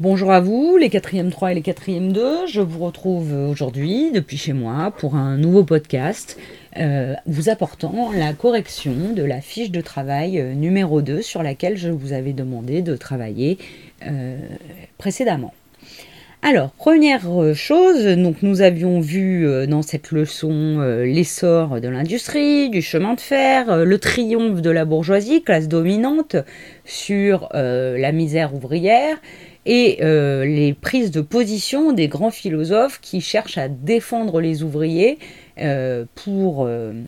Bonjour à vous, les 4e 3 et les 4e 2. Je vous retrouve aujourd'hui, depuis chez moi, pour un nouveau podcast vous apportant la correction de la fiche de travail numéro 2 sur laquelle je vous avais demandé de travailler précédemment. Alors, première chose, donc nous avions vu dans cette leçon l'essor de l'industrie, du chemin de fer, le triomphe de la bourgeoisie, classe dominante, sur la misère ouvrière, et les prises de position des grands philosophes qui cherchent à défendre les ouvriers pour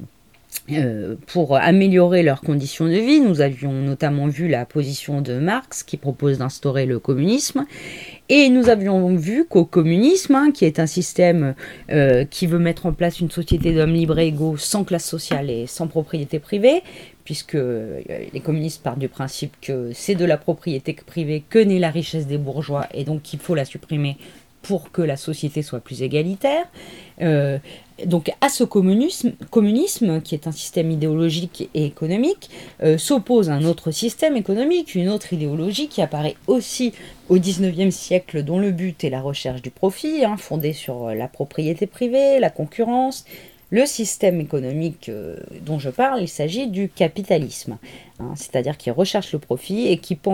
améliorer leurs conditions de vie. Nous avions notamment vu la position de Marx qui propose d'instaurer le communisme. Et nous avions vu qu'au communisme, qui est un système qui veut mettre en place une société d'hommes libres et égaux sans classe sociale et sans propriété privée, puisque les communistes partent du principe que c'est de la propriété privée que naît la richesse des bourgeois et donc qu'il faut la supprimer pour que la société soit plus égalitaire. Donc à ce communisme, qui est un système idéologique et économique, s'oppose un autre système économique, une autre idéologie qui apparaît aussi au XIXe siècle, dont le but est la recherche du profit, fondé sur la propriété privée, la concurrence. Le système économique dont je parle, il s'agit du capitalisme, c'est-à-dire qui recherche le profit et qui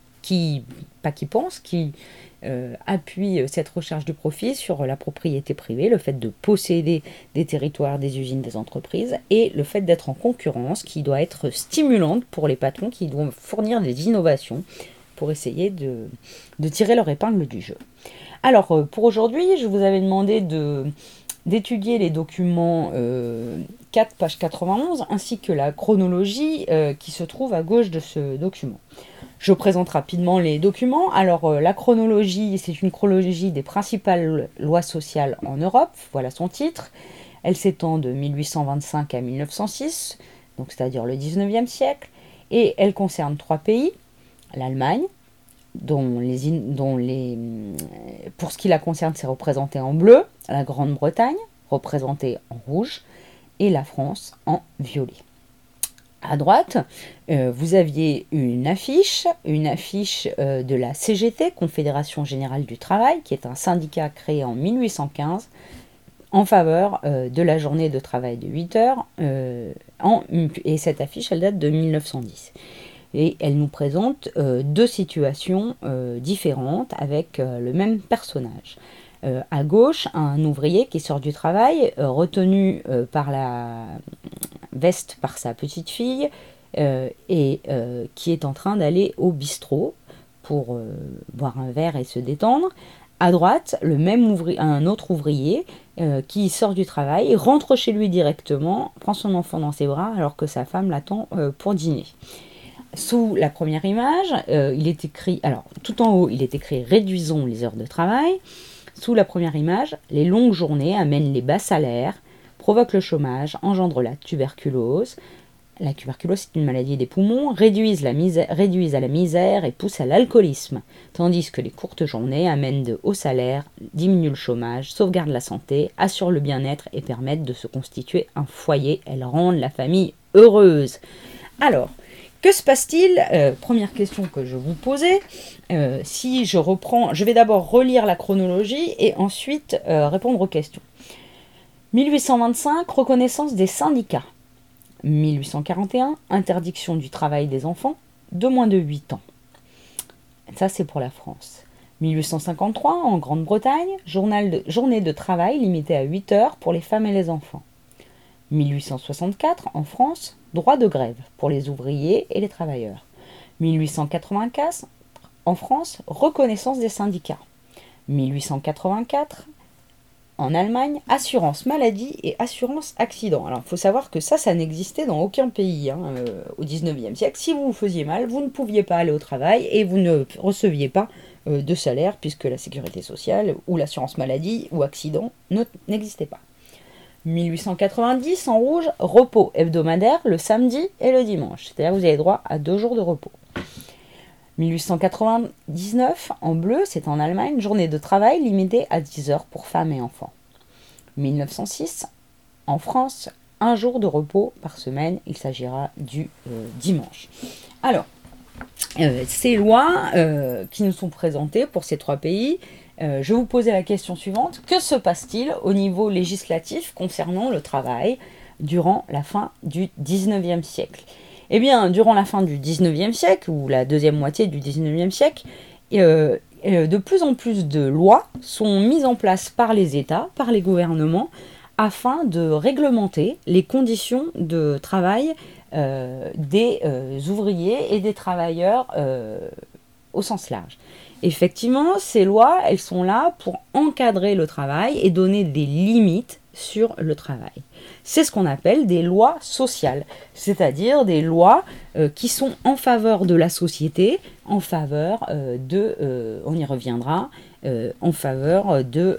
appuie cette recherche du profit sur la propriété privée, le fait de posséder des territoires, des usines, des entreprises, et le fait d'être en concurrence qui doit être stimulante pour les patrons qui doivent fournir des innovations pour essayer de tirer leur épingle du jeu. Alors, pour aujourd'hui, je vous avais demandé d'étudier les documents 4, page 91, ainsi que la chronologie qui se trouve à gauche de ce document. Je présente rapidement les documents. Alors, la chronologie, c'est une chronologie des principales lois sociales en Europe, voilà son titre. Elle s'étend de 1825 à 1906, donc c'est-à-dire le 19e siècle, et elle concerne 3 pays, l'Allemagne, pour ce qui la concerne, c'est représenté en bleu, la Grande-Bretagne, représentée en rouge, et la France en violet. À droite, vous aviez une affiche de la CGT, Confédération Générale du Travail, qui est un syndicat créé en 1815 en faveur de la journée de travail de 8 heures, et cette affiche, elle date de 1910. Et elle nous présente 2 situations différentes avec le même personnage. À gauche, un ouvrier qui sort du travail, retenu par la veste par sa petite fille, et qui est en train d'aller au bistrot pour boire un verre et se détendre. À droite, un autre ouvrier qui sort du travail, rentre chez lui directement, prend son enfant dans ses bras alors que sa femme l'attend pour dîner. Sous la première image, il est écrit, alors tout en haut, il est écrit « Réduisons les heures de travail ». Sous la première image, les longues journées amènent les bas salaires, provoquent le chômage, engendrent la tuberculose. La tuberculose, c'est une maladie des poumons, réduisent à la misère et poussent à l'alcoolisme, tandis que les courtes journées amènent de hauts salaires, diminuent le chômage, sauvegardent la santé, assurent le bien-être et permettent de se constituer un foyer. Elles rendent la famille heureuse. Alors, que se passe-t-il ? Première question que je vous posais. Si je reprends, je vais d'abord relire la chronologie et ensuite répondre aux questions. 1825, reconnaissance des syndicats. 1841, interdiction du travail des enfants de moins de 8 ans. Ça, c'est pour la France. 1853, en Grande-Bretagne, journée de travail limitée à 8 heures pour les femmes et les enfants. 1864, en France, droit de grève pour les ouvriers et les travailleurs. 1884, en France, reconnaissance des syndicats. 1884, en Allemagne, assurance maladie et assurance accident. Alors, il faut savoir que ça n'existait dans aucun pays au 19e siècle. Si vous vous faisiez mal, vous ne pouviez pas aller au travail et vous ne receviez pas de salaire puisque la sécurité sociale ou l'assurance maladie ou accident n'existait pas. 1890, en rouge, repos hebdomadaire le samedi et le dimanche. C'est-à-dire que vous avez droit à 2 jours de repos. 1899, en bleu, c'est en Allemagne, journée de travail limitée à 10 heures pour femmes et enfants. 1906, en France, 1 jour de repos par semaine, il s'agira du dimanche. Alors, ces lois qui nous sont présentées pour ces 3 pays, je vais vous poser la question suivante. Que se passe-t-il au niveau législatif concernant le travail durant la fin du 19e siècle? Eh bien, durant la fin du 19e siècle, ou la deuxième moitié du 19e siècle, de plus en plus de lois sont mises en place par les États, par les gouvernements, afin de réglementer les conditions de travail des ouvriers et des travailleurs au sens large. Effectivement, ces lois, elles sont là pour encadrer le travail et donner des limites sur le travail. C'est ce qu'on appelle des lois sociales, c'est-à-dire des lois qui sont en faveur de la société, en faveur on y reviendra, en faveur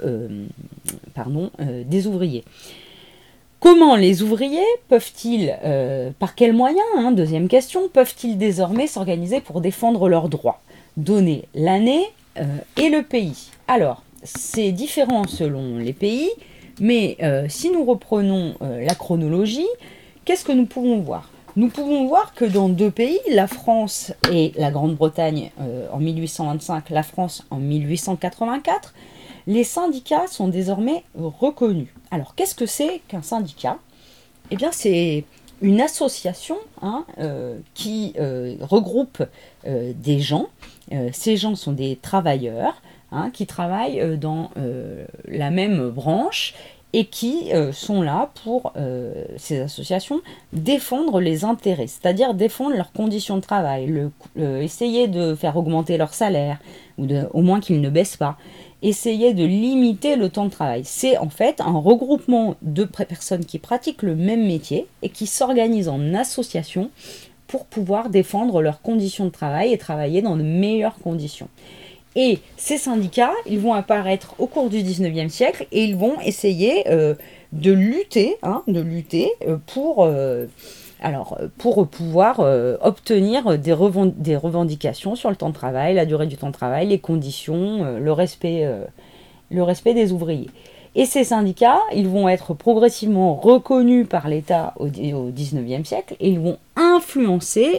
des ouvriers. Comment les ouvriers peuvent-ils, par quels moyens, deuxième question, peuvent-ils désormais s'organiser pour défendre leurs droits? Donner l'année et le pays. Alors, c'est différent selon les pays, mais si nous reprenons la chronologie, qu'est-ce que nous pouvons voir? Nous pouvons voir que dans 2 pays, la France et la Grande-Bretagne en 1825, la France en 1884, les syndicats sont désormais reconnus. Alors, qu'est-ce que c'est qu'un syndicat? Eh bien, c'est une association qui regroupe des gens. Ces gens sont des travailleurs qui travaillent dans la même branche et qui sont là pour, ces associations, défendre les intérêts, c'est-à-dire défendre leurs conditions de travail, essayer de faire augmenter leur salaire, ou au moins qu'ils ne baissent pas, essayer de limiter le temps de travail. C'est en fait un regroupement de personnes qui pratiquent le même métier et qui s'organisent en association pour pouvoir défendre leurs conditions de travail et travailler dans de meilleures conditions. Et ces syndicats, ils vont apparaître au cours du 19e siècle et ils vont essayer de lutter pour pouvoir obtenir des revendications sur le temps de travail, la durée du temps de travail, les conditions, le respect des ouvriers. Et ces syndicats, ils vont être progressivement reconnus par l'État au 19e siècle et ils vont influencer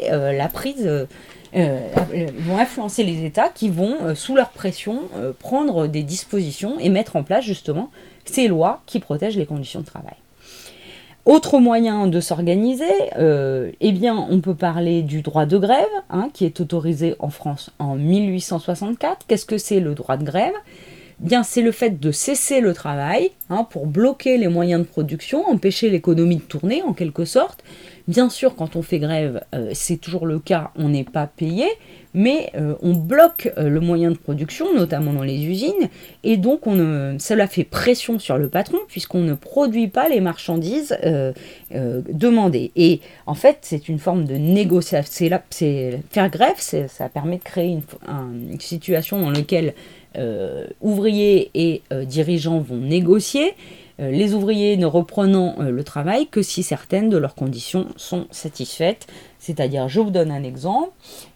ils vont influencer les États qui vont, sous leur pression, prendre des dispositions et mettre en place justement ces lois qui protègent les conditions de travail. Autre moyen de s'organiser, on peut parler du droit de grève, qui est autorisé en France en 1864. Qu'est-ce que c'est le droit de grève ? Bien, c'est le fait de cesser le travail pour bloquer les moyens de production, empêcher l'économie de tourner en quelque sorte. Bien sûr, quand on fait grève, c'est toujours le cas, on n'est pas payé, mais on bloque le moyen de production, notamment dans les usines, et donc cela fait pression sur le patron puisqu'on ne produit pas les marchandises demandées. Et en fait, c'est une forme de négociation. Faire grève, ça permet de créer une situation dans laquelle ouvriers et dirigeants vont négocier, les ouvriers ne reprenant le travail que si certaines de leurs conditions sont satisfaites. C'est-à-dire, je vous donne un exemple,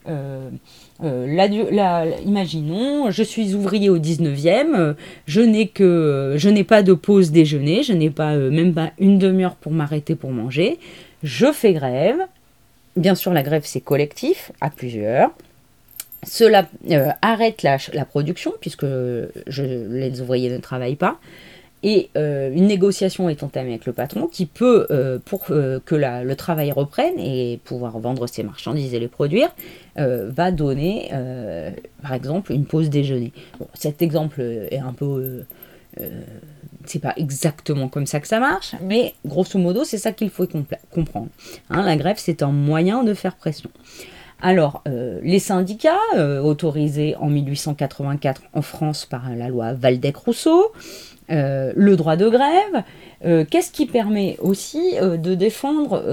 imaginons, je suis ouvrier au 19e, je n'ai pas de pause déjeuner, je n'ai pas même pas une demi-heure pour m'arrêter pour manger, je fais grève. Bien sûr, la grève, c'est collectif, à plusieurs. Cela arrête la production, puisque les ouvriers ne travaillent pas. Et une négociation est entamée avec le patron qui peut, pour que le travail reprenne et pouvoir vendre ses marchandises et les produire, va donner, par exemple, une pause déjeuner. Bon, cet exemple est un peu... c'est pas exactement comme ça que ça marche, mais grosso modo, c'est ça qu'il faut comprendre. La grève, c'est un moyen de faire pression. Alors, les syndicats, autorisés en 1884 en France par la loi Waldeck-Rousseau, le droit de grève, qu'est-ce qui permet aussi de défendre...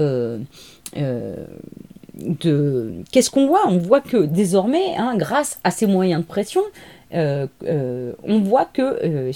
Qu'est-ce qu'on voit ? On voit que désormais, grâce à ces moyens de pression, on voit que,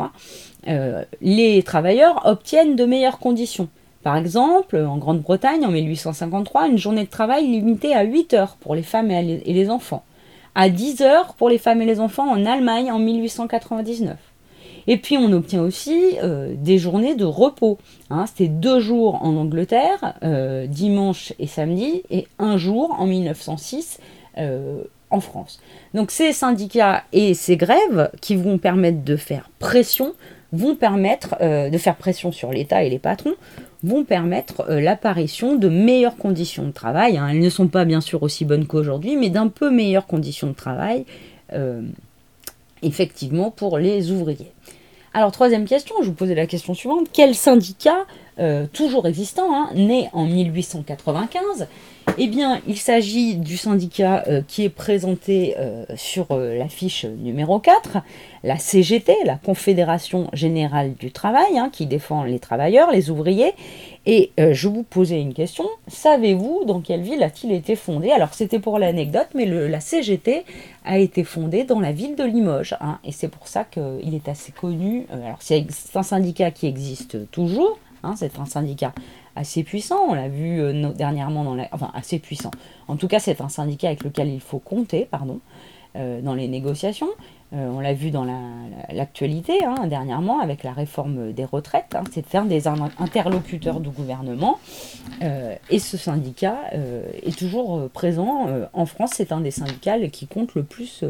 les travailleurs obtiennent de meilleures conditions. Par exemple, en Grande-Bretagne, en 1853, une journée de travail limitée à 8 heures pour les femmes et les enfants, à 10 heures pour les femmes et les enfants en Allemagne en 1899. Et puis on obtient aussi des journées de repos. C'était 2 jours en Angleterre, dimanche et samedi, et 1 jour en 1906 en France. Donc ces syndicats et ces grèves qui vont permettre de faire pression, vont permettre de faire pression sur l'État et les patrons, vont permettre l'apparition de meilleures conditions de travail. Elles ne sont pas bien sûr aussi bonnes qu'aujourd'hui, mais d'un peu meilleures conditions de travail, effectivement, pour les ouvriers. Alors, troisième question, je vous posais la question suivante. Quel syndicat, toujours existant, né en 1895, eh bien, il s'agit du syndicat qui est présenté sur l'affiche numéro 4, la CGT, la Confédération Générale du Travail, qui défend les travailleurs, les ouvriers. Et je vous posais une question, savez-vous dans quelle ville a-t-il été fondé? Alors, c'était pour l'anecdote, mais la CGT a été fondée dans la ville de Limoges, et c'est pour ça qu'il est assez connu. Alors, c'est un syndicat qui existe toujours, c'est un syndicat assez puissant, on l'a vu dernièrement enfin assez puissant. En tout cas, c'est un syndicat avec lequel il faut compter, dans les négociations. On l'a vu dans l'actualité, dernièrement, avec la réforme des retraites, c'est de faire des interlocuteurs du gouvernement. Et ce syndicat est toujours présent en France. C'est un des syndicats qui compte le plus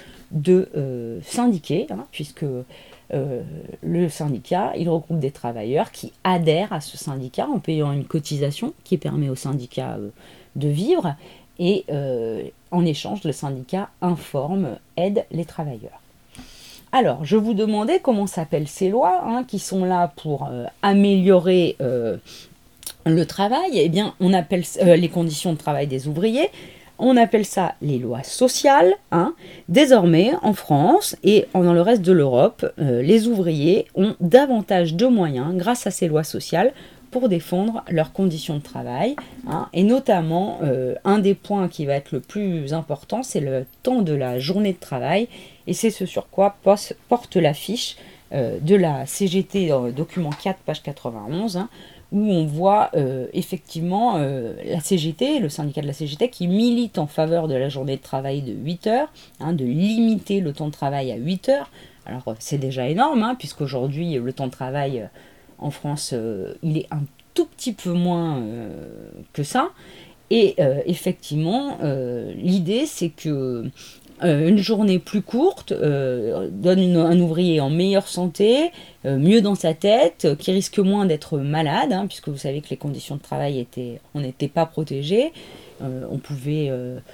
de syndiqués, puisque le syndicat, il regroupe des travailleurs qui adhèrent à ce syndicat en payant une cotisation qui permet au syndicat de vivre. Et en échange, le syndicat informe, aide les travailleurs. Alors, je vous demandais comment s'appellent ces lois qui sont là pour améliorer le travail. Eh bien, on appelle les conditions de travail des ouvriers. On appelle ça les lois sociales. Désormais, en France et dans le reste de l'Europe, les ouvriers ont davantage de moyens, grâce à ces lois sociales, pour défendre leurs conditions de travail. Et notamment, un des points qui va être le plus important, c'est le temps de la journée de travail. Et c'est ce sur quoi porte l'affiche de la CGT, document 4, page 91, où on voit effectivement la CGT, le syndicat de la CGT, qui milite en faveur de la journée de travail de 8 heures, de limiter le temps de travail à 8 heures. Alors c'est déjà énorme, puisqu'aujourd'hui le temps de travail en France, il est un tout petit peu moins que ça. Et effectivement, l'idée c'est que une journée plus courte donne un ouvrier en meilleure santé, mieux dans sa tête, qui risque moins d'être malade, puisque vous savez que les conditions de travail on n'était pas protégés, on pouvait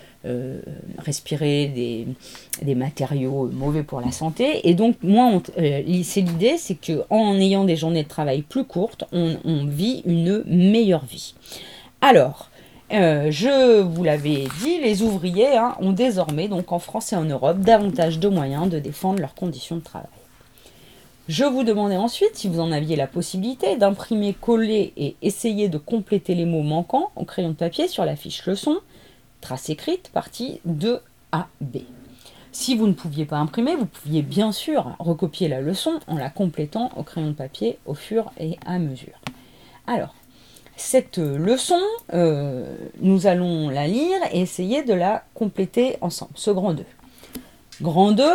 respirer des matériaux mauvais pour la santé, et donc c'est l'idée, c'est qu'en ayant des journées de travail plus courtes, on vit une meilleure vie. Alors, je vous l'avais dit, les ouvriers ont désormais, donc en France et en Europe, davantage de moyens de défendre leurs conditions de travail. Je vous demandais ensuite, si vous en aviez la possibilité, d'imprimer, coller et essayer de compléter les mots manquants en crayon de papier sur la fiche leçon, trace écrite, partie 2A, B. Si vous ne pouviez pas imprimer, vous pouviez bien sûr recopier la leçon en la complétant au crayon de papier au fur et à mesure. Alors, cette leçon, nous allons la lire et essayer de la compléter ensemble. Ce grand 2. Grand 2,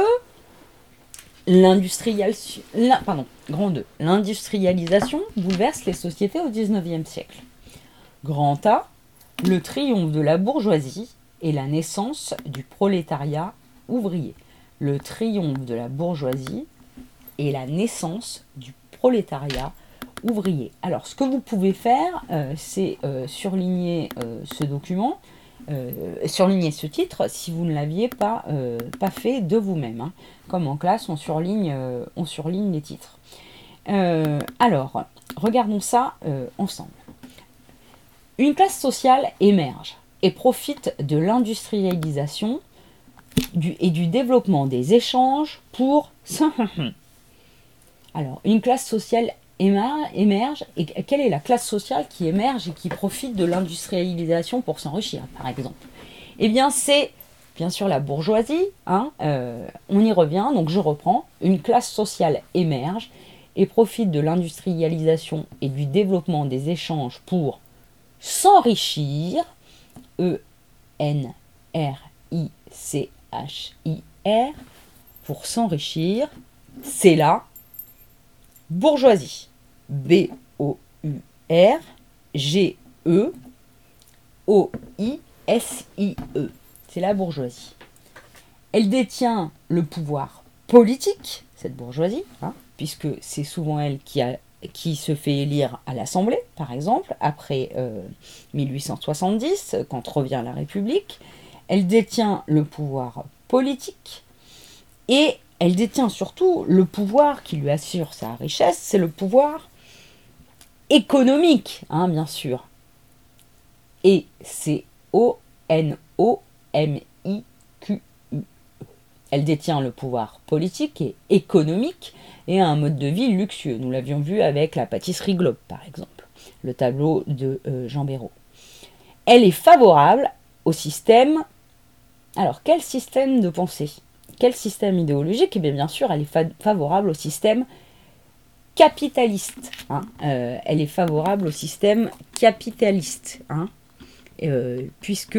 l'industrialisation bouleverse les sociétés au XIXe siècle. Grand A, le triomphe de la bourgeoisie et la naissance du prolétariat ouvrier. Le triomphe de la bourgeoisie et la naissance du prolétariat ouvrier. Alors, ce que vous pouvez faire, c'est surligner ce document, surligner ce titre si vous ne l'aviez pas fait de vous-même. Comme en classe, on surligne les titres. Alors, regardons ça ensemble. Une classe sociale émerge et profite de l'industrialisation et du développement des échanges pour... Alors, une classe sociale émerge, et quelle est la classe sociale qui émerge et qui profite de l'industrialisation pour s'enrichir, par exemple? Eh bien, c'est bien sûr la bourgeoisie, on y revient, donc je reprends. Une classe sociale émerge et profite de l'industrialisation et du développement des échanges pour s'enrichir, E-N-R-I-C-H-I-R, pour s'enrichir, c'est la bourgeoisie. B-O-U-R-G-E-O-I-S-I-E. c'est la bourgeoisie. Elle détient le pouvoir politique, cette bourgeoisie, puisque c'est souvent elle qui se fait élire à l'Assemblée, par exemple, après 1870, quand revient la République. Elle détient le pouvoir politique et elle détient surtout le pouvoir qui lui assure sa richesse, c'est le pouvoir économique, bien sûr. Et c'est O-N-O-M-I-Q-U. Elle détient le pouvoir politique et économique et a un mode de vie luxueux. Nous l'avions vu avec la pâtisserie Globe, par exemple, le tableau de Jean Béraud. Elle est favorable au système. Alors, quel système de pensée? Quel système idéologique? Eh bien sûr, elle est favorable au système capitaliste. Elle est favorable au système capitaliste, puisque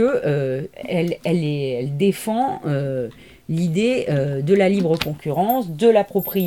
elle défend l'idée de la libre concurrence, de la propriété